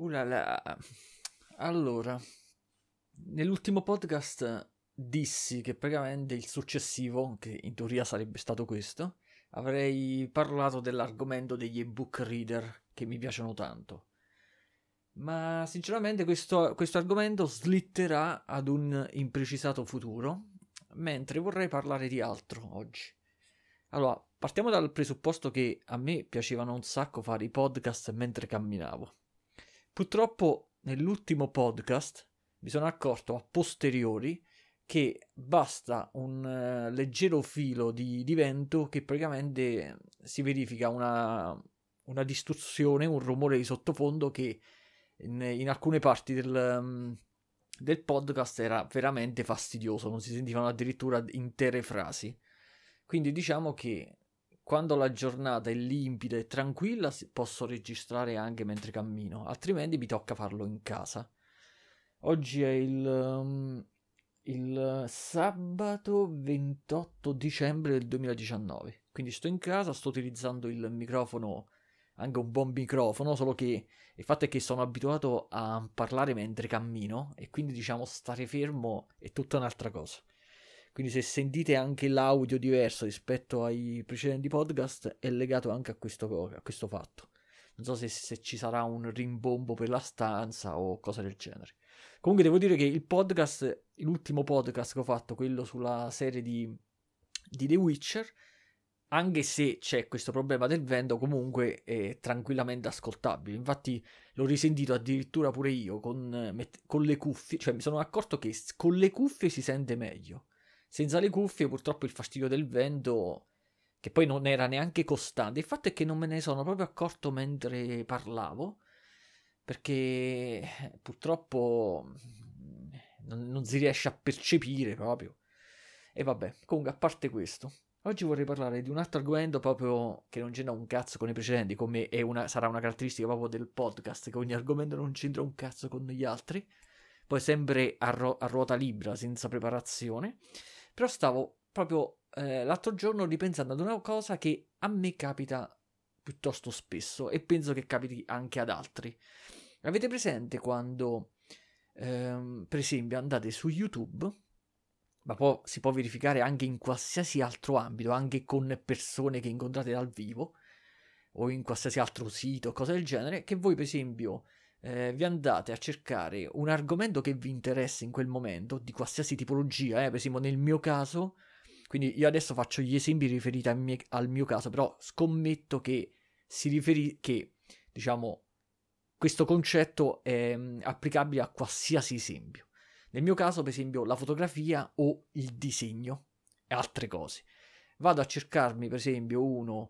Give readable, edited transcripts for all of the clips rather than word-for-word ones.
Ulala. Allora, nell'ultimo podcast dissi che praticamente il successivo, che in teoria sarebbe stato questo, avrei parlato dell'argomento degli ebook reader che mi piacciono tanto. Ma sinceramente questo argomento slitterà ad un imprecisato futuro, mentre vorrei parlare di altro oggi. Allora, partiamo dal presupposto che a me piacevano un sacco fare i podcast mentre camminavo. Purtroppo nell'ultimo podcast mi sono accorto a posteriori che basta un leggero filo di vento che praticamente si verifica una distorsione, un rumore di sottofondo che in alcune parti del podcast era veramente fastidioso, non si sentivano addirittura intere frasi. Quindi diciamo che quando la giornata è limpida e tranquilla posso registrare anche mentre cammino, altrimenti mi tocca farlo in casa. Oggi è il sabato 28 dicembre del 2019, quindi sto in casa, sto utilizzando il microfono, anche un buon microfono, solo che il fatto è che sono abituato a parlare mentre cammino e quindi diciamo stare fermo è tutta un'altra cosa. Quindi se sentite anche l'audio diverso rispetto ai precedenti podcast è legato anche a questo fatto. Non so se ci sarà un rimbombo per la stanza o cose del genere. Comunque devo dire che l'ultimo podcast che ho fatto, quello sulla serie di The Witcher, anche se c'è questo problema del vento, comunque è tranquillamente ascoltabile. Infatti l'ho risentito addirittura pure io con le cuffie, cioè mi sono accorto che con le cuffie si sente meglio. Senza le cuffie purtroppo il fastidio del vento, che poi non era neanche costante, il fatto è che non me ne sono proprio accorto mentre parlavo, perché purtroppo non si riesce a percepire proprio. E vabbè, comunque a parte questo, oggi vorrei parlare di un altro argomento proprio che non c'entra un cazzo con i precedenti, come sarà una caratteristica proprio del podcast, che ogni argomento non c'entra un cazzo con gli altri, poi sempre a ruota libera, senza preparazione. Però stavo proprio l'altro giorno ripensando ad una cosa che a me capita piuttosto spesso e penso che capiti anche ad altri. Avete presente quando, per esempio, andate su YouTube, ma poi si può verificare anche in qualsiasi altro ambito, anche con persone che incontrate dal vivo, o in qualsiasi altro sito, cose del genere, che voi per esempio vi andate a cercare un argomento che vi interessa in quel momento, di qualsiasi tipologia, per esempio nel mio caso, quindi io adesso faccio gli esempi riferiti al mio caso, però scommetto che diciamo, questo concetto è applicabile a qualsiasi esempio. Nel mio caso, per esempio, la fotografia o il disegno e altre cose. Vado a cercarmi, per esempio, uno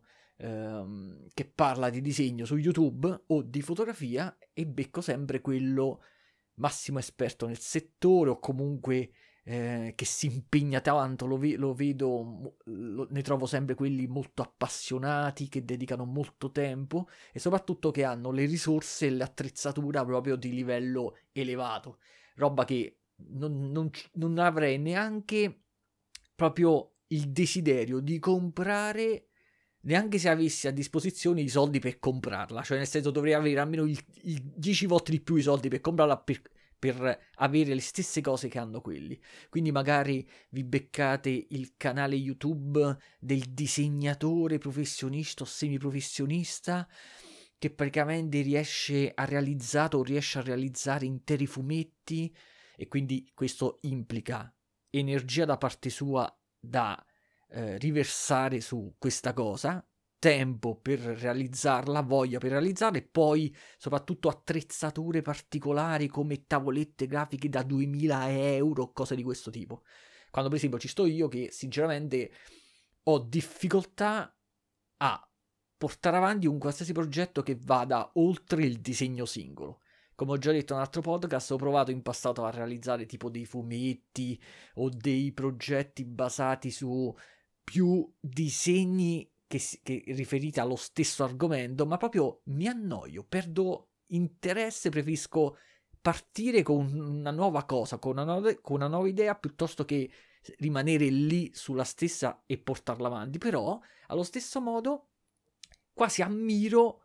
che parla di disegno su YouTube o di fotografia e becco sempre quello massimo esperto nel settore o comunque che si impegna tanto, lo vedo, ne trovo sempre quelli molto appassionati, che dedicano molto tempo e soprattutto che hanno le risorse e l'attrezzatura proprio di livello elevato, roba che non avrei neanche proprio il desiderio di comprare, neanche se avessi a disposizione i soldi per comprarla, cioè nel senso dovrei avere almeno il 10 volte di più i soldi per comprarla per avere le stesse cose che hanno quelli. Quindi magari vi beccate il canale YouTube del disegnatore professionista o semiprofessionista che praticamente riesce a realizzare interi fumetti e quindi questo implica energia da parte sua da riversare su questa cosa, tempo per realizzarla, voglia per realizzarla e poi soprattutto attrezzature particolari come tavolette grafiche da 2000 euro, cose di questo tipo. Quando per esempio ci sto io che sinceramente ho difficoltà a portare avanti un qualsiasi progetto che vada oltre il disegno singolo. Come ho già detto in un altro podcast, ho provato in passato a realizzare tipo dei fumetti o dei progetti basati su più disegni che riferiti allo stesso argomento, ma proprio mi annoio, perdo interesse, preferisco partire con una nuova cosa, con una nuova idea, piuttosto che rimanere lì sulla stessa e portarla avanti. Però, allo stesso modo, quasi ammiro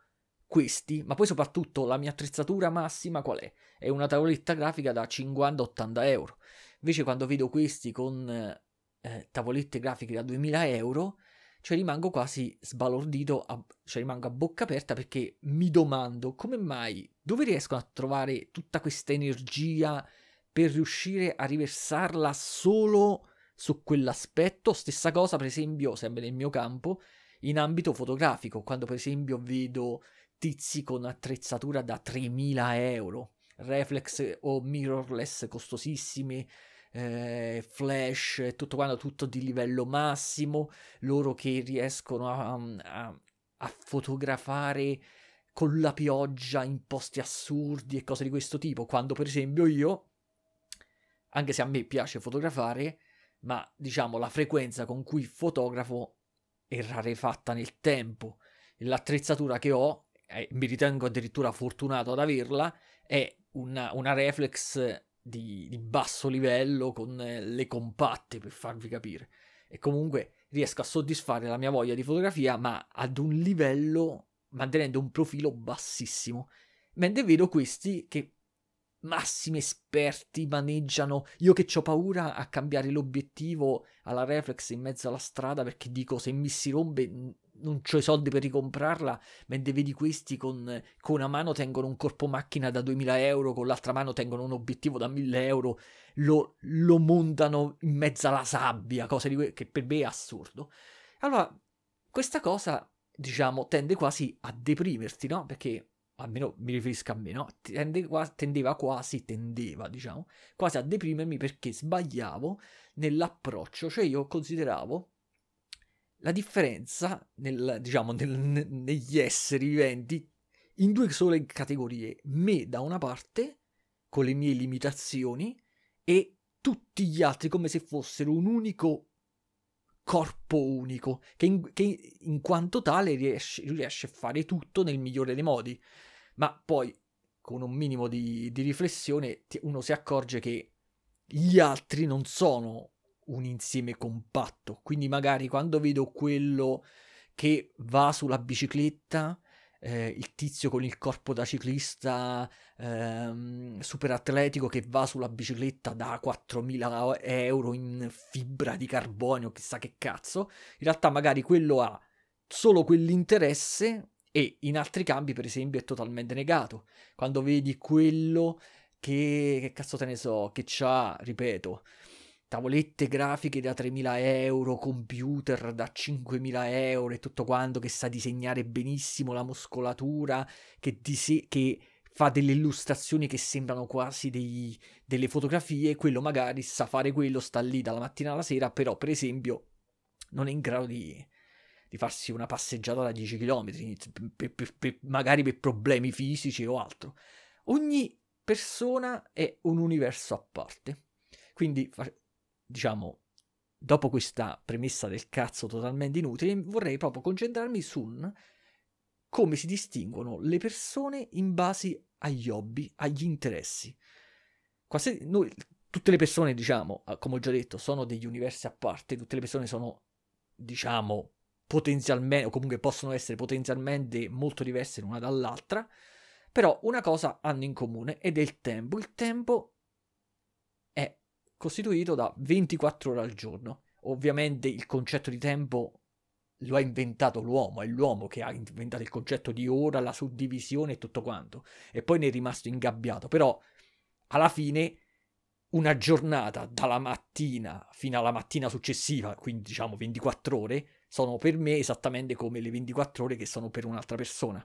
questi, ma poi soprattutto la mia attrezzatura massima qual è? È una tavoletta grafica da 50-80 euro. Invece quando vedo questi con tavolette grafiche da 2000 euro, cioè rimango quasi sbalordito, cioè rimango a bocca aperta perché mi domando come mai, dove riescono a trovare tutta questa energia per riuscire a riversarla solo su quell'aspetto. Stessa cosa per esempio, sempre nel mio campo, in ambito fotografico, quando per esempio vedo tizi con attrezzatura da 3000 euro, reflex o mirrorless costosissimi, flash, tutto quanto, tutto di livello massimo, loro che riescono a fotografare con la pioggia in posti assurdi e cose di questo tipo, quando per esempio io, anche se a me piace fotografare, ma diciamo la frequenza con cui fotografo è rarefatta nel tempo. L'attrezzatura che ho, mi ritengo addirittura fortunato ad averla, è una reflex di basso livello con le compatte, per farvi capire. E comunque riesco a soddisfare la mia voglia di fotografia, ma ad un livello, mantenendo un profilo bassissimo. Mentre vedo questi che massimi esperti maneggiano, io che ho paura a cambiare l'obiettivo alla reflex in mezzo alla strada perché dico se mi si rompe non c'ho i soldi per ricomprarla, mentre vedi questi con una mano tengono un corpo macchina da 2000 euro, con l'altra mano tengono un obiettivo da 1000 euro, lo montano in mezzo alla sabbia, cose che per me è assurdo. Allora questa cosa, diciamo, tende quasi a deprimerti, no? Perché almeno mi riferisco a me, no? Tendeva quasi a deprimermi perché sbagliavo nell'approccio, cioè io consideravo la differenza negli esseri viventi in due sole categorie, me da una parte, con le mie limitazioni, e tutti gli altri come se fossero un unico corpo unico, che in quanto tale riesce a fare tutto nel migliore dei modi. Ma poi, con un minimo di riflessione, uno si accorge che gli altri non sono un insieme compatto. Quindi magari quando vedo quello che va sulla bicicletta, il tizio con il corpo da ciclista super atletico che va sulla bicicletta da 4.000 euro in fibra di carbonio, chissà che cazzo, in realtà magari quello ha solo quell'interesse e in altri campi, per esempio, è totalmente negato. Quando vedi quello che cazzo te ne so, che c'ha, ripeto, tavolette grafiche da 3.000 euro, computer da 5.000 euro e tutto quanto, che sa disegnare benissimo la muscolatura, che fa delle illustrazioni che sembrano quasi delle fotografie, quello magari sa fare quello, sta lì dalla mattina alla sera, però per esempio non è in grado di farsi una passeggiata da 10 km, magari per problemi fisici o altro. Ogni persona è un universo a parte. Quindi, diciamo, dopo questa premessa del cazzo totalmente inutile, vorrei proprio concentrarmi su come si distinguono le persone in base agli hobby, agli interessi. Tutte le persone, diciamo, come ho già detto, sono degli universi a parte, tutte le persone sono, diciamo, potenzialmente, o comunque possono essere potenzialmente molto diverse l'una dall'altra, però una cosa hanno in comune ed è il tempo. Il tempo è costituito da 24 ore al giorno. Ovviamente il concetto di tempo lo ha inventato l'uomo, è l'uomo che ha inventato il concetto di ora, la suddivisione e tutto quanto, e poi ne è rimasto ingabbiato, però alla fine una giornata dalla mattina fino alla mattina successiva, quindi diciamo 24 ore, sono per me esattamente come le 24 ore che sono per un'altra persona.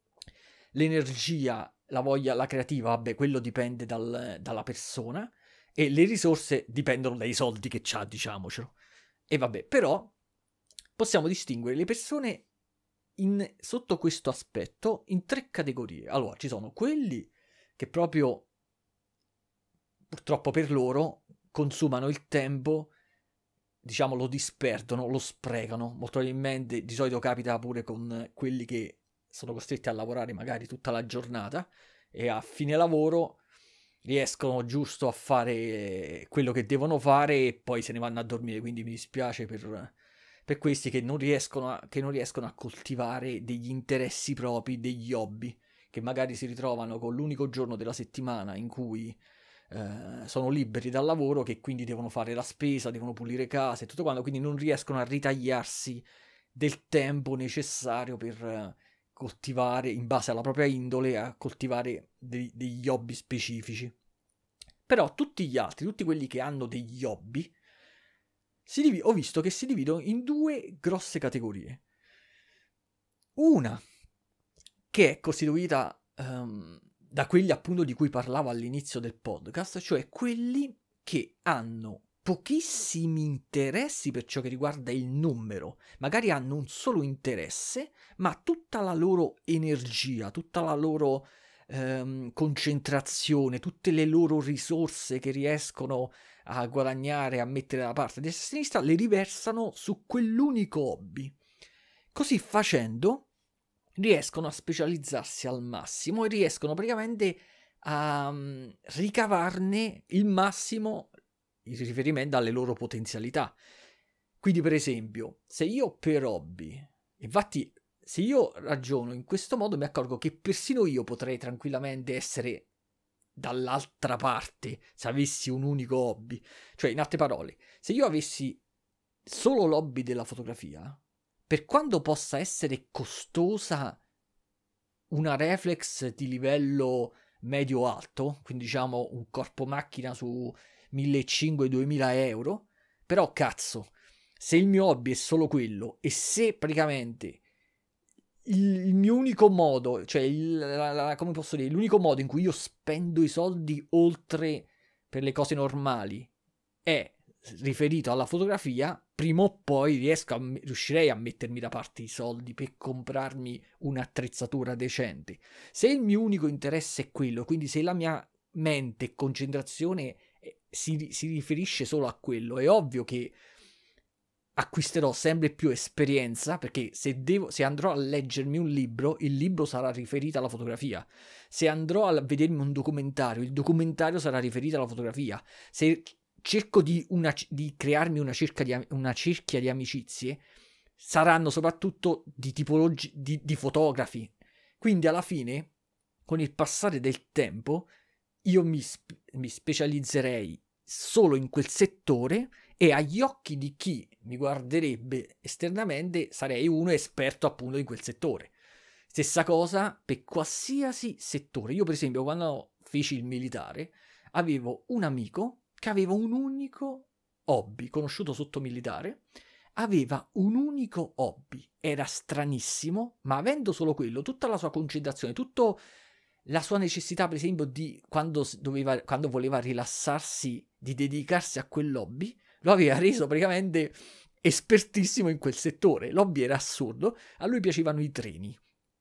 L'energia, la voglia, la creativa, vabbè, quello dipende dalla persona, e le risorse dipendono dai soldi che c'ha, diciamocelo. E vabbè, però possiamo distinguere le persone sotto questo aspetto in 3 categorie. Allora, ci sono quelli che proprio, purtroppo per loro, consumano il tempo, diciamo lo disperdono, lo sprecano. Molto probabilmente, di solito capita pure con quelli che sono costretti a lavorare magari tutta la giornata e a fine lavoro riescono giusto a fare quello che devono fare e poi se ne vanno a dormire, quindi mi dispiace per questi che non riescono a coltivare degli interessi propri, degli hobby, che magari si ritrovano con l'unico giorno della settimana in cui sono liberi dal lavoro, che quindi devono fare la spesa, devono pulire casa e tutto quanto, quindi non riescono a ritagliarsi del tempo necessario per coltivare, in base alla propria indole, a coltivare degli hobby specifici. Però tutti gli altri, tutti quelli che hanno degli hobby, ho visto che si dividono in due grosse categorie. Una che è costituita da quelli appunto di cui parlavo all'inizio del podcast, cioè quelli che hanno pochissimi interessi per ciò che riguarda il numero, magari hanno un solo interesse, ma tutta la loro energia, tutta la loro concentrazione, tutte le loro risorse che riescono a guadagnare, a mettere da parte di destra e sinistra, le riversano su quell'unico hobby. Così facendo riescono a specializzarsi al massimo e riescono praticamente a ricavarne il massimo in riferimento alle loro potenzialità. Quindi, per esempio, se io per hobby, infatti, se io ragiono in questo modo, mi accorgo che persino io potrei tranquillamente essere dall'altra parte se avessi un unico hobby. Cioè, in altre parole, se io avessi solo l'hobby della fotografia, per quanto possa essere costosa una reflex di livello medio-alto, quindi diciamo un corpo macchina su 1.500-2.000 euro, però cazzo, se il mio hobby è solo quello e se praticamente il mio unico modo, cioè come posso dire, l'unico modo in cui io spendo i soldi oltre per le cose normali è riferito alla fotografia, prima o poi riuscirei a mettermi da parte i soldi per comprarmi un'attrezzatura decente. Se il mio unico interesse è quello, quindi se la mia mente e concentrazione si riferisce solo a quello, è ovvio che acquisterò sempre più esperienza, perché se andrò a leggermi un libro, il libro sarà riferito alla fotografia. Se andrò a vedermi un documentario, il documentario sarà riferito alla fotografia. Se cerco di crearmi una cerchia di amicizie, saranno soprattutto di tipologie di fotografi. Quindi alla fine, con il passare del tempo, io mi specializzerei solo in quel settore e agli occhi di chi mi guarderebbe esternamente sarei uno esperto appunto in quel settore. Stessa cosa per qualsiasi settore. Io per esempio quando feci il militare avevo un amico che aveva un unico hobby, conosciuto sotto militare, aveva un unico hobby, era stranissimo, ma avendo solo quello, tutta la sua concentrazione, tutta la sua necessità per esempio di quando voleva rilassarsi, di dedicarsi a quell'hobby, lo aveva reso praticamente espertissimo in quel settore. L'hobby era assurdo, a lui piacevano i treni.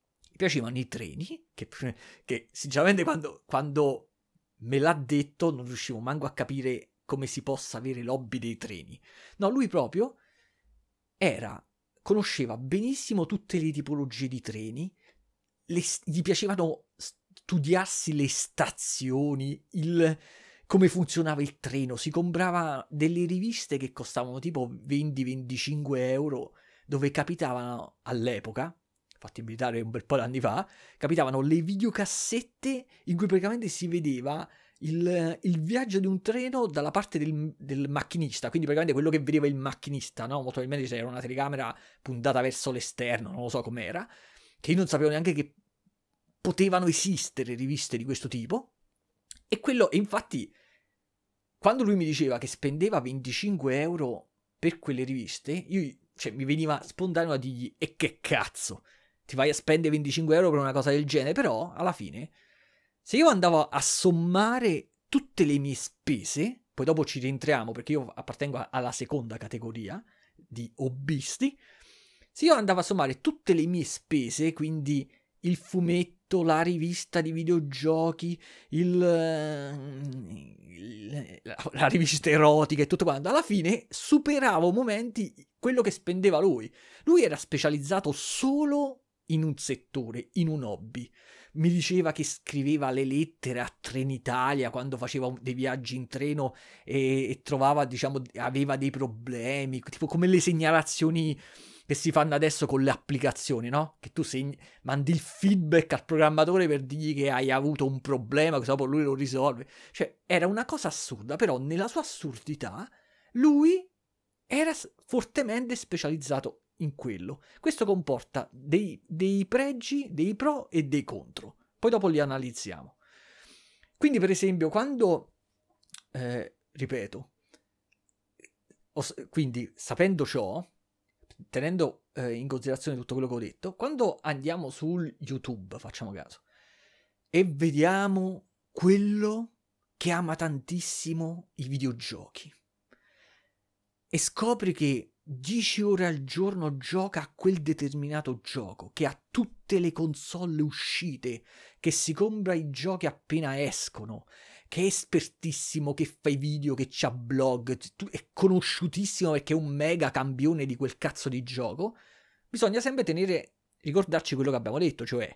Che sinceramente quando me l'ha detto non riuscivo manco a capire come si possa avere l'hobby dei treni. No, lui proprio conosceva benissimo tutte le tipologie di treni, gli piacevano studiarsi le stazioni, come funzionava il treno, si comprava delle riviste che costavano tipo 20-25 euro, dove capitavano all'epoca, fatti in militare un bel po' d'anni fa, capitavano le videocassette in cui praticamente si vedeva il viaggio di un treno dalla parte del macchinista, quindi praticamente quello che vedeva il macchinista, no? Molto probabilmente c'era una telecamera puntata verso l'esterno, non lo so com'era, che io non sapevo neanche che potevano esistere riviste di questo tipo, e infatti quando lui mi diceva che spendeva 25 euro per quelle riviste, mi veniva spontaneo a dirgli, e che cazzo, ti vai a spendere 25 euro per una cosa del genere? Però alla fine, se io andavo a sommare tutte le mie spese, poi dopo ci rientriamo perché io appartengo alla seconda categoria di hobbisti, se io andavo a sommare tutte le mie spese, quindi il fumetto, la rivista di videogiochi, la rivista erotica e tutto quanto, alla fine superavo momenti quello che spendeva lui. Lui era specializzato solo in un settore, in un hobby. Mi diceva che scriveva le lettere a Trenitalia quando faceva dei viaggi in treno e trovava, diciamo, aveva dei problemi, tipo come le segnalazioni che si fanno adesso con le applicazioni, no? Che tu mandi il feedback al programmatore per dirgli che hai avuto un problema, che dopo lui lo risolve. Cioè, era una cosa assurda, però nella sua assurdità lui era fortemente specializzato in quello. Questo comporta dei pregi, dei pro e dei contro. Poi dopo li analizziamo. Quindi, per esempio, quando, ripeto, quindi sapendo ciò, tenendo in considerazione tutto quello che ho detto, quando andiamo su YouTube, facciamo caso, e vediamo quello che ama tantissimo i videogiochi e scopri che 10 ore al giorno gioca a quel determinato gioco, che ha tutte le console uscite, che si compra i giochi appena escono, che è espertissimo, che fa i video, che c'ha blog, è conosciutissimo perché è un mega campione di quel cazzo di gioco, bisogna sempre ricordarci quello che abbiamo detto, cioè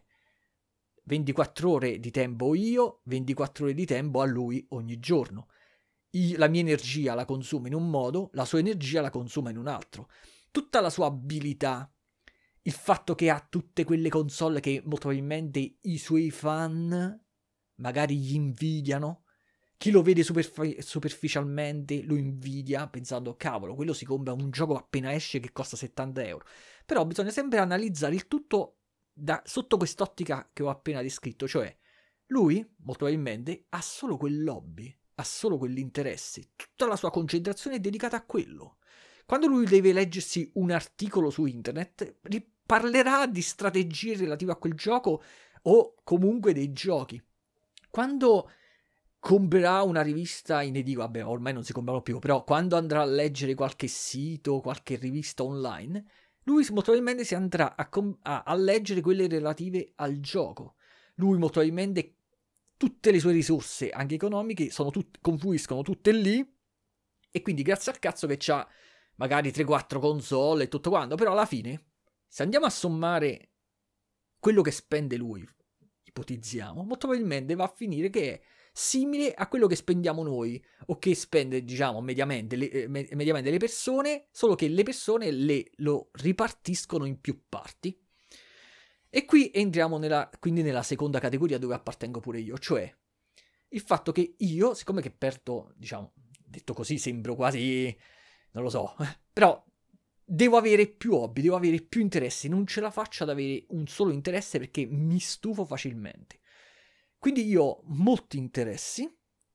24 ore di tempo io, 24 ore di tempo a lui ogni giorno. La mia energia la consuma in un modo, la sua energia la consuma in un altro. Tutta la sua abilità, il fatto che ha tutte quelle console che molto probabilmente i suoi fan magari gli invidiano, chi lo vede superficialmente lo invidia pensando cavolo, quello si compra un gioco appena esce che costa 70 euro. Però bisogna sempre analizzare il tutto sotto quest'ottica che ho appena descritto, cioè lui molto probabilmente ha solo quell'hobby, ha solo quell'interesse, tutta la sua concentrazione è dedicata a quello. Quando lui deve leggersi un articolo su internet, parlerà di strategie relative a quel gioco o comunque dei giochi. Quando comprerà una rivista in edicola, vabbè, ormai non si comprano più, però quando andrà a leggere qualche sito, qualche rivista online, lui molto probabilmente si andrà a leggere quelle relative al gioco. Lui molto probabilmente tutte le sue risorse, anche economiche, confluiscono tutte lì, e quindi grazie al cazzo che c'ha magari 3-4 console e tutto quanto, però alla fine, se andiamo a sommare quello che spende lui, ipotizziamo, molto probabilmente va a finire che è simile a quello che spendiamo noi, o che spende, diciamo, mediamente le persone, solo che le persone lo ripartiscono in più parti. E qui entriamo quindi nella seconda categoria dove appartengo pure io, cioè il fatto che io, siccome che perdo, diciamo, detto così sembro quasi, non lo so, però devo avere più hobby, devo avere più interessi, non ce la faccio ad avere un solo interesse perché mi stufo facilmente. Quindi io ho molti interessi,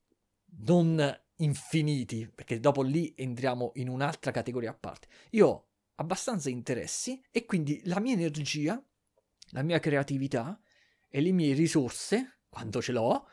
non infiniti, perché dopo lì entriamo in un'altra categoria a parte. Io ho abbastanza interessi e quindi la mia energia, la mia creatività e le mie risorse, quando ce l'ho,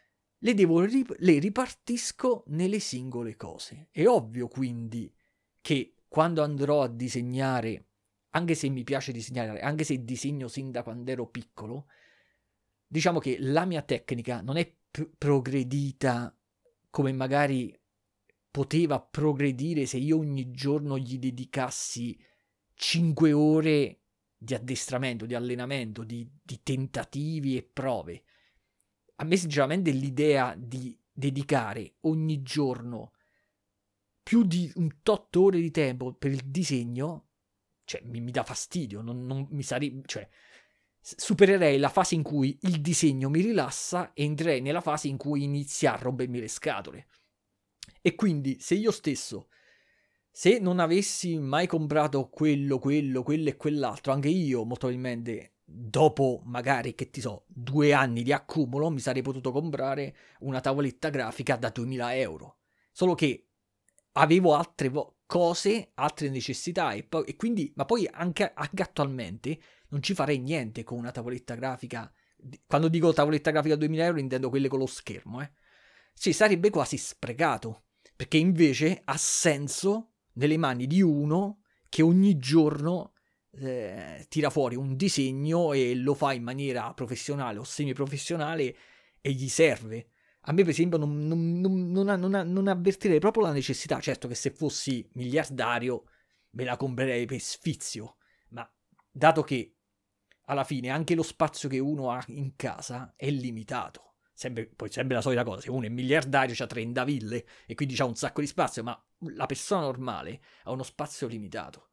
le ripartisco nelle singole cose. È ovvio quindi che quando andrò a disegnare, anche se mi piace disegnare, anche se disegno sin da quando ero piccolo, diciamo che la mia tecnica non è progredita come magari poteva progredire se io ogni giorno gli dedicassi 5 ore di addestramento, di allenamento, di tentativi e prove. A me sinceramente l'idea di dedicare ogni giorno più di un tot ore di tempo per il disegno, cioè mi dà fastidio, non mi sarebbe, cioè supererei la fase in cui il disegno mi rilassa e entrerei nella fase in cui inizia a rompermi le scatole. E quindi se io stesso, se non avessi mai comprato quello e quell'altro, anche io molto probabilmente dopo magari, che ti so, 2 anni di accumulo mi sarei potuto comprare una tavoletta grafica da 2000 euro. Solo che avevo altre cose, altre necessità e quindi, ma poi anche attualmente non ci farei niente con una tavoletta grafica. Quando dico tavoletta grafica da 2000 euro intendo quelle con lo schermo, Sì, sarebbe quasi sprecato, perché invece ha senso nelle mani di uno che ogni giorno tira fuori un disegno e lo fa in maniera professionale o semiprofessionale e gli serve. A me per esempio non avvertirei proprio la necessità. Certo che se fossi miliardario me la comprerei per sfizio, ma dato che alla fine anche lo spazio che uno ha in casa è limitato. Poi sempre la solita cosa, se uno è miliardario ha 30 ville e quindi ha un sacco di spazio, ma la persona normale ha uno spazio limitato.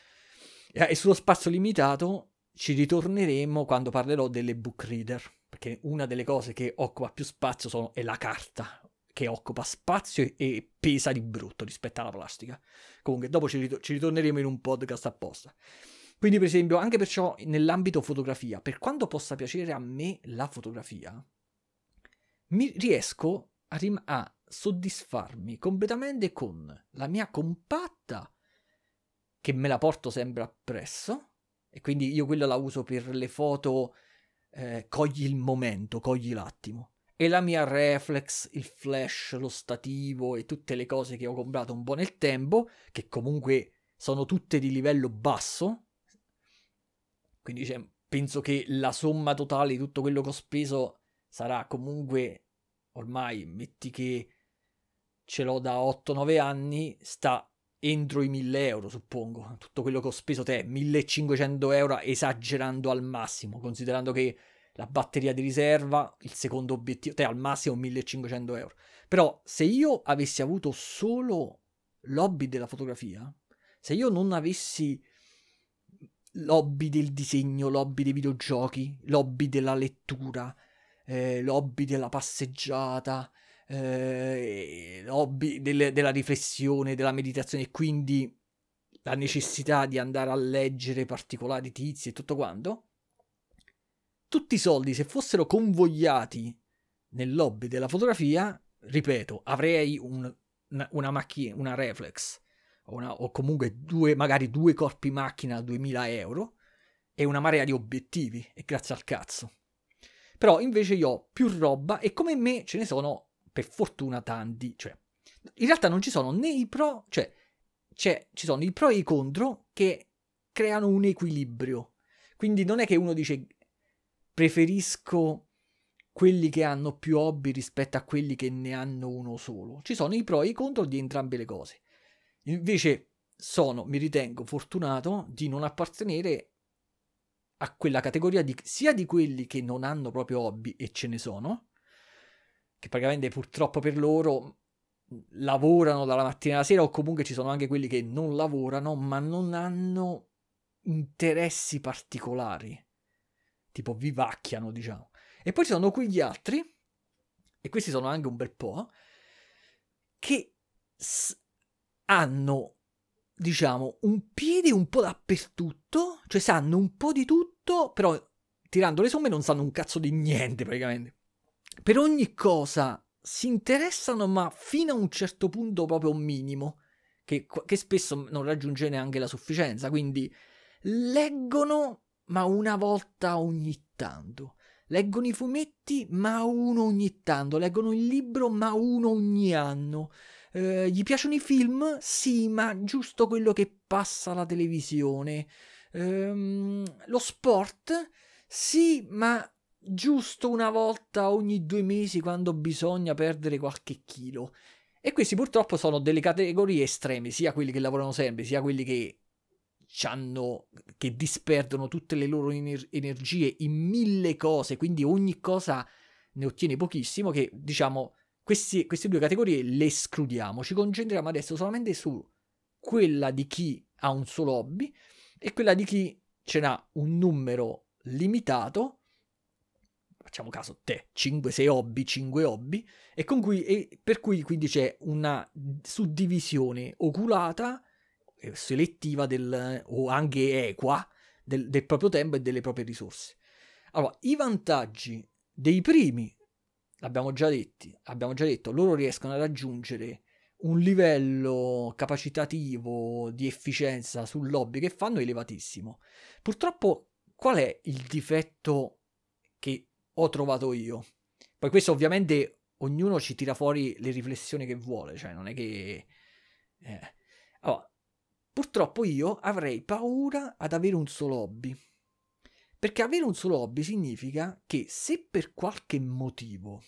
E sullo spazio limitato ci ritorneremo quando parlerò delle book reader, perché una delle cose che occupa più spazio è la carta, che occupa spazio e pesa di brutto rispetto alla plastica. Comunque dopo ci ritorneremo in un podcast apposta. Quindi per esempio anche perciò nell'ambito fotografia, per quanto possa piacere a me la fotografia, mi riesco a soddisfarmi completamente con la mia compatta, che me la porto sempre appresso, e quindi io quella la uso per le foto, cogli il momento, cogli l'attimo, e la mia reflex, il flash, lo stativo e tutte le cose che ho comprato un po' nel tempo, che comunque sono tutte di livello basso, quindi penso che la somma totale di tutto quello che ho speso sarà comunque, ormai metti che ce l'ho da 8-9 anni, sta entro i 1.000 euro, suppongo. Tutto quello che ho speso 1.500 euro, esagerando al massimo, considerando che la batteria di riserva, il secondo obiettivo, al massimo 1.500 euro. Però se io avessi avuto solo l'hobby della fotografia, se io non avessi l'hobby del disegno, l'hobby dei videogiochi, l'hobby della lettura, l'hobby della passeggiata, l'hobby della riflessione, della meditazione, e quindi la necessità di andare a leggere particolari tizi e tutto quanto, tutti i soldi, se fossero convogliati nell'hobby della fotografia, ripeto, avrei una macchina, una reflex, o comunque magari due corpi macchina a 2.000 euro e una marea di obiettivi, e grazie al cazzo. Però invece io ho più roba, e come me ce ne sono per fortuna tanti, cioè in realtà non ci sono né i pro, cioè ci sono i pro e i contro che creano un equilibrio. Quindi non è che uno dice preferisco quelli che hanno più hobby rispetto a quelli che ne hanno uno solo. Ci sono i pro e i contro di entrambe le cose. Invece mi ritengo fortunato di non appartenere a quella categoria sia di quelli che non hanno proprio hobby, e ce ne sono, che praticamente purtroppo per loro lavorano dalla mattina alla sera, o comunque ci sono anche quelli che non lavorano ma non hanno interessi particolari, tipo vivacchiano, diciamo. E poi ci sono quegli altri, e questi sono anche un bel po', che hanno, diciamo, un piede un po' dappertutto, cioè sanno un po' di tutto, però tirando le somme non sanno un cazzo di niente praticamente. Per ogni cosa si interessano, ma fino a un certo punto proprio un minimo, che spesso non raggiunge neanche la sufficienza. Quindi leggono, ma una volta ogni tanto. Leggono i fumetti, ma uno ogni tanto. Leggono il libro, ma uno ogni anno. Gli piacciono i film? Sì, ma giusto quello che passa alla televisione. Lo sport? Sì, ma giusto una volta ogni 2 mesi, quando bisogna perdere qualche chilo. E questi purtroppo sono delle categorie estreme, sia quelli che lavorano sempre, sia quelli che disperdono tutte le loro energie in 1000 cose, quindi ogni cosa ne ottiene pochissimo, che diciamo queste due categorie le escludiamo. Ci concentriamo adesso solamente su quella di chi ha un solo hobby e quella di chi ce n'ha un numero limitato. Facciamo caso, 5-6 hobby, 5 hobby, e per cui quindi c'è una suddivisione oculata, selettiva o anche equa del proprio tempo e delle proprie risorse. Allora, i vantaggi dei primi, abbiamo già detto, loro riescono a raggiungere un livello capacitativo di efficienza sull'hobby che fanno elevatissimo. Purtroppo, qual è il difetto che ho trovato io? Poi questo ovviamente ognuno ci tira fuori le riflessioni che vuole, cioè non è che... Allora, purtroppo io avrei paura ad avere un solo hobby, perché avere un solo hobby significa che se per qualche motivo,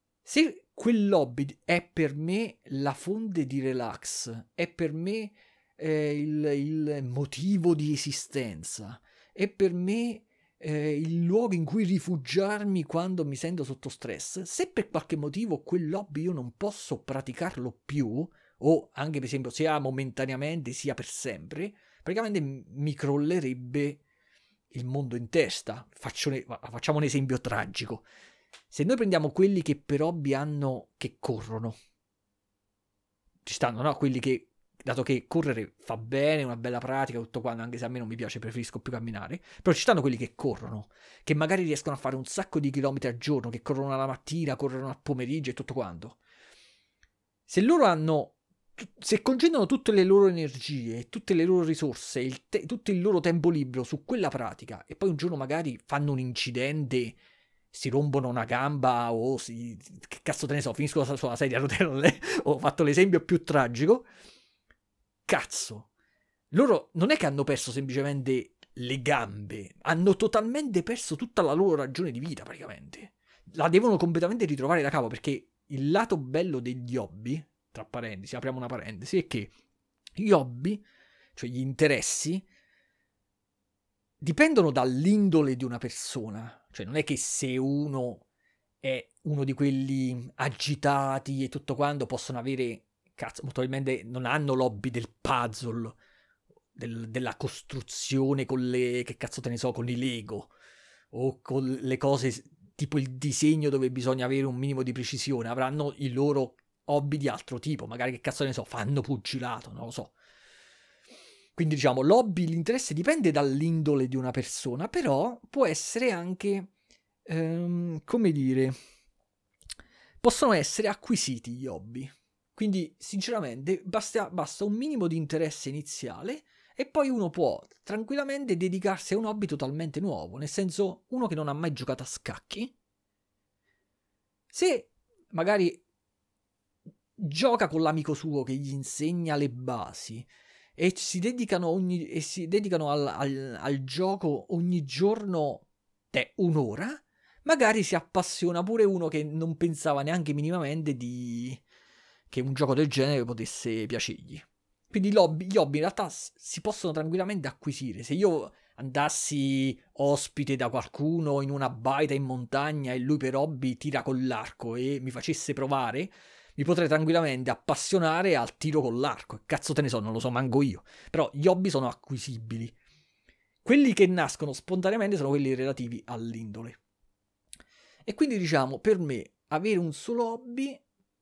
se quell'hobby è per me la fonte di relax, è per me il motivo di esistenza, è per me il luogo in cui rifugiarmi quando mi sento sotto stress. Se per qualche motivo quell'hobby io non posso praticarlo più, o anche per esempio sia momentaneamente sia per sempre, praticamente mi crollerebbe il mondo in testa. Facciamo un esempio tragico. Se noi prendiamo quelli che per hobby che corrono, ci stanno, no? Quelli che, dato che correre fa bene, una bella pratica, tutto quanto, anche se a me non mi piace, preferisco più camminare, però ci stanno quelli che corrono, che magari riescono a fare un sacco di chilometri al giorno, che corrono alla mattina, corrono al pomeriggio e tutto quanto. Se loro se concentrano tutte le loro energie, tutte le loro risorse, tutto il loro tempo libero su quella pratica, e poi un giorno magari fanno un incidente, si rompono una gamba o che cazzo te ne so, finiscono sulla sedia a rotelle, ho fatto l'esempio più tragico, cazzo, loro non è che hanno perso semplicemente le gambe, hanno totalmente perso tutta la loro ragione di vita praticamente, la devono completamente ritrovare da capo, perché il lato bello degli hobby, tra parentesi, apriamo una parentesi, è che gli hobby, cioè gli interessi, dipendono dall'indole di una persona. Cioè non è che se uno è uno di quelli agitati e tutto quanto possono avere, cazzo, molto probabilmente non hanno l'hobby del puzzle, della costruzione con che cazzo te ne so, con i Lego, o con le cose tipo il disegno dove bisogna avere un minimo di precisione. Avranno i loro hobby di altro tipo, magari che cazzo ne so, fanno pugilato, non lo so. Quindi diciamo, l'hobby, l'interesse dipende dall'indole di una persona, però può essere anche, come dire, possono essere acquisiti gli hobby. Quindi sinceramente basta un minimo di interesse iniziale e poi uno può tranquillamente dedicarsi a un hobby totalmente nuovo, nel senso, uno che non ha mai giocato a scacchi, se magari gioca con l'amico suo che gli insegna le basi e si dedicano al gioco ogni giorno un'ora, magari si appassiona pure uno che non pensava neanche minimamente che un gioco del genere potesse piacergli. Quindi gli hobby in realtà si possono tranquillamente acquisire. Se io andassi ospite da qualcuno in una baita in montagna e lui per hobby tira con l'arco e mi facesse provare, mi potrei tranquillamente appassionare al tiro con l'arco. Cazzo te ne so, non lo so manco io. Però gli hobby sono acquisibili. Quelli che nascono spontaneamente sono quelli relativi all'indole. E quindi diciamo, per me, avere un solo hobby,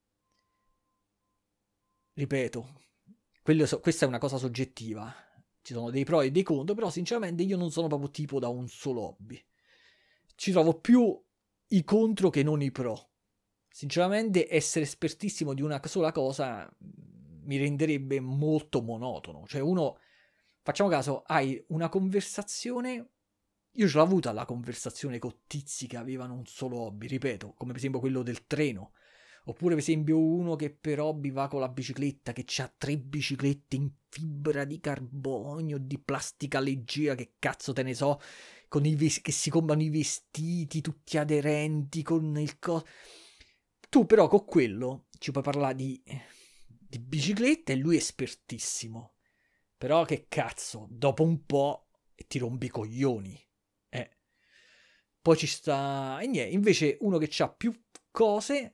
ripeto, questa è una cosa soggettiva. Ci sono dei pro e dei contro, però sinceramente io non sono proprio tipo da un solo hobby. Ci trovo più i contro che non i pro. Sinceramente essere espertissimo di una sola cosa mi renderebbe molto monotono. Cioè uno, facciamo caso, hai una conversazione, io ce l'ho avuta la conversazione con tizi che avevano un solo hobby, ripeto, come per esempio quello del treno, oppure per esempio uno che per hobby va con la bicicletta, che ha 3 biciclette in fibra di carbonio, di plastica leggera, che cazzo te ne so, con che si comprano i vestiti tutti aderenti, con il tu però con quello ci puoi parlare di bicicletta e lui è espertissimo. Però che cazzo, dopo un po' ti rompi i coglioni. Poi ci sta... E niente, invece uno che ha più cose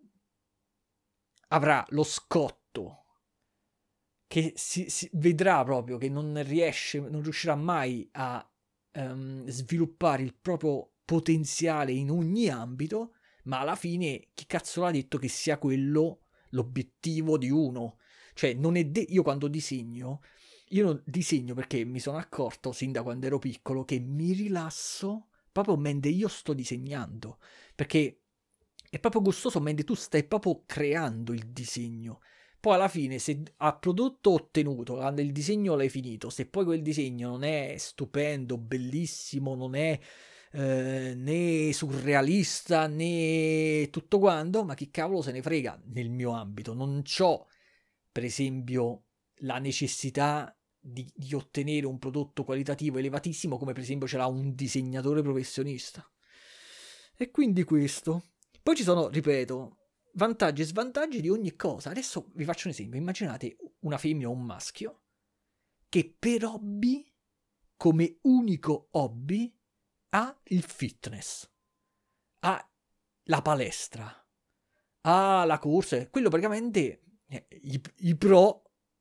avrà lo scotto che si vedrà proprio che non riuscirà mai a sviluppare il proprio potenziale in ogni ambito, ma alla fine chi cazzo l'ha detto che sia quello l'obiettivo di uno? Cioè, non è io quando disegno, io non disegno perché mi sono accorto sin da quando ero piccolo che mi rilasso proprio mentre io sto disegnando, perché è proprio gustoso mentre tu stai proprio creando il disegno. Poi alla fine, se a prodotto ottenuto, quando il disegno l'hai finito, se poi quel disegno non è stupendo, bellissimo, non è né surrealista né tutto quanto, ma chi cavolo se ne frega nel mio ambito. Non c'ho, per esempio, la necessità di ottenere un prodotto qualitativo elevatissimo come per esempio ce l'ha un disegnatore professionista. E quindi questo. Poi ci sono, ripeto, vantaggi e svantaggi di ogni cosa. Adesso vi faccio un esempio. Immaginate una femmina o un maschio che per hobby, come unico hobby, ha il fitness, ha la palestra, ha la corsa. Quello praticamente, i pro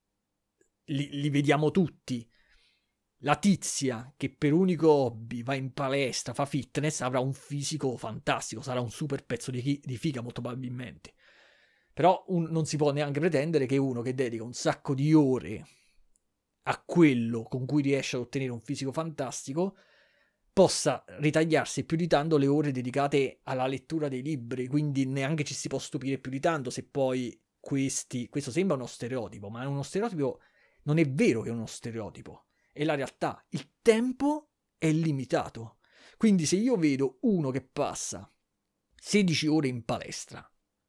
li vediamo tutti. La tizia che per unico hobby va in palestra, fa fitness, avrà un fisico fantastico, sarà un super pezzo di figa molto probabilmente. Però non si può neanche pretendere che uno che dedica un sacco di ore a quello con cui riesce ad ottenere un fisico fantastico possa ritagliarsi più di tanto le ore dedicate alla lettura dei libri, quindi neanche ci si può stupire più di tanto se poi questo sembra uno stereotipo, ma è uno stereotipo, non è vero che è uno stereotipo, è la realtà, il tempo è limitato, quindi se io vedo uno che passa 16 ore in palestra,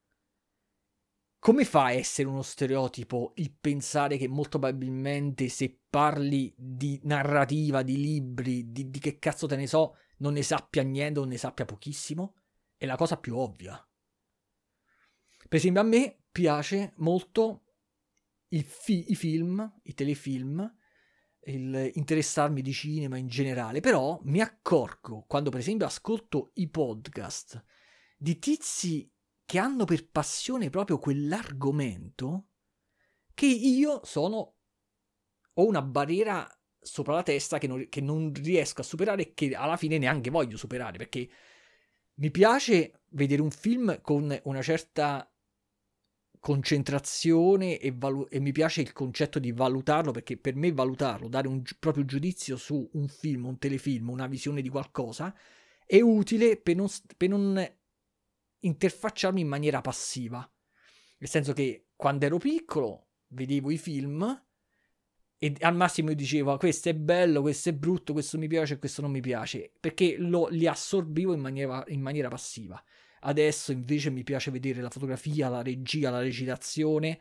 come fa a essere uno stereotipo il pensare che molto probabilmente se parli di narrativa, di libri, di che cazzo te ne so, non ne sappia niente o ne sappia pochissimo? È la cosa più ovvia. Per esempio a me piace molto i film, i telefilm, il interessarmi di cinema in generale, però mi accorgo quando per esempio ascolto i podcast di tizi che hanno per passione proprio quell'argomento, che io ho una barriera sopra la testa che non riesco a superare e che alla fine neanche voglio superare, perché mi piace vedere un film con una certa concentrazione e mi piace il concetto di valutarlo, perché per me valutarlo, dare un proprio giudizio su un film, un telefilm, una visione di qualcosa è utile per non interfacciarmi in maniera passiva, nel senso che quando ero piccolo vedevo i film e al massimo io dicevo questo è bello, questo è brutto, questo mi piace e questo non mi piace, perché li assorbivo in maniera passiva. Adesso invece mi piace vedere la fotografia, la regia, la recitazione,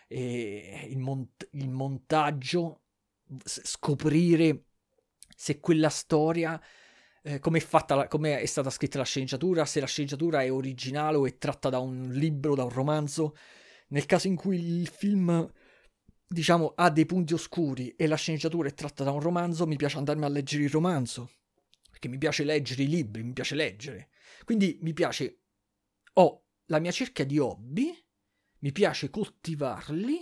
il montaggio, scoprire se quella storia, come è stata scritta la sceneggiatura, se la sceneggiatura è originale o è tratta da un libro, da un romanzo. Nel caso in cui il film, diciamo, ha dei punti oscuri e la sceneggiatura è tratta da un romanzo, mi piace andarmi a leggere il romanzo, perché mi piace leggere i libri, mi piace leggere. Quindi mi piace, ho la mia cerchia di hobby, mi piace coltivarli,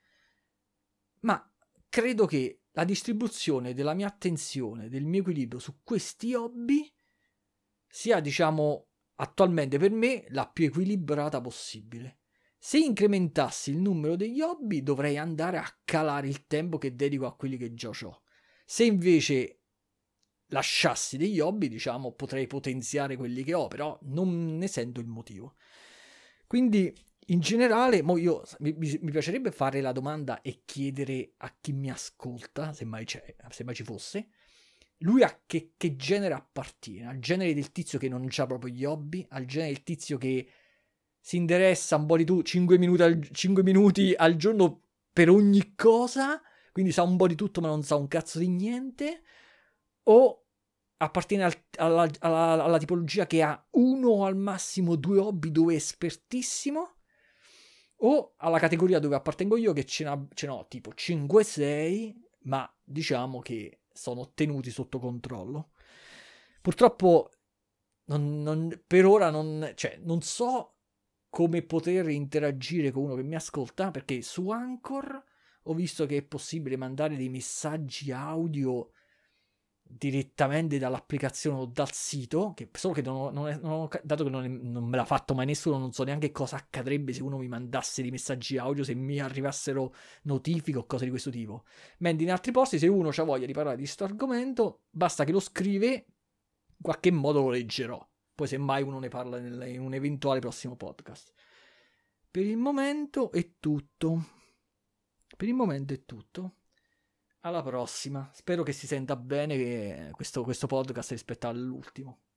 ma credo che la distribuzione della mia attenzione, del mio equilibrio su questi hobby sia, diciamo, attualmente per me la più equilibrata possibile. Se incrementassi il numero degli hobby dovrei andare a calare il tempo che dedico a quelli che già ho. Se invece lasciassi degli hobby, diciamo, potrei potenziare quelli che ho, però non ne sento il motivo. Quindi in generale, mi piacerebbe fare la domanda e chiedere a chi mi ascolta, se mai ci fosse, lui a che genere appartiene? Al genere del tizio che non ha proprio gli hobby? Al genere del tizio che si interessa un po' di 5 minuti al giorno per ogni cosa, quindi sa un po' di tutto ma non sa un cazzo di niente? O appartiene alla tipologia che ha uno o al massimo 2 hobby dove è espertissimo? O alla categoria dove appartengo io che ce n'ho tipo 5-6, ma diciamo che sono tenuti sotto controllo. Purtroppo per ora non so come poter interagire con uno che mi ascolta, perché su Anchor ho visto che è possibile mandare dei messaggi audio direttamente dall'applicazione o dal sito, che solo che dato che non me l'ha fatto mai nessuno, non so neanche cosa accadrebbe se uno mi mandasse dei messaggi audio, se mi arrivassero notifiche o cose di questo tipo. Mentre in altri posti, se uno ha voglia di parlare di questo argomento, basta che lo scrive, in qualche modo lo leggerò. Poi semmai uno ne parla in un eventuale prossimo podcast. Per il momento è tutto. Alla prossima. Spero che si senta bene questo podcast rispetto all'ultimo.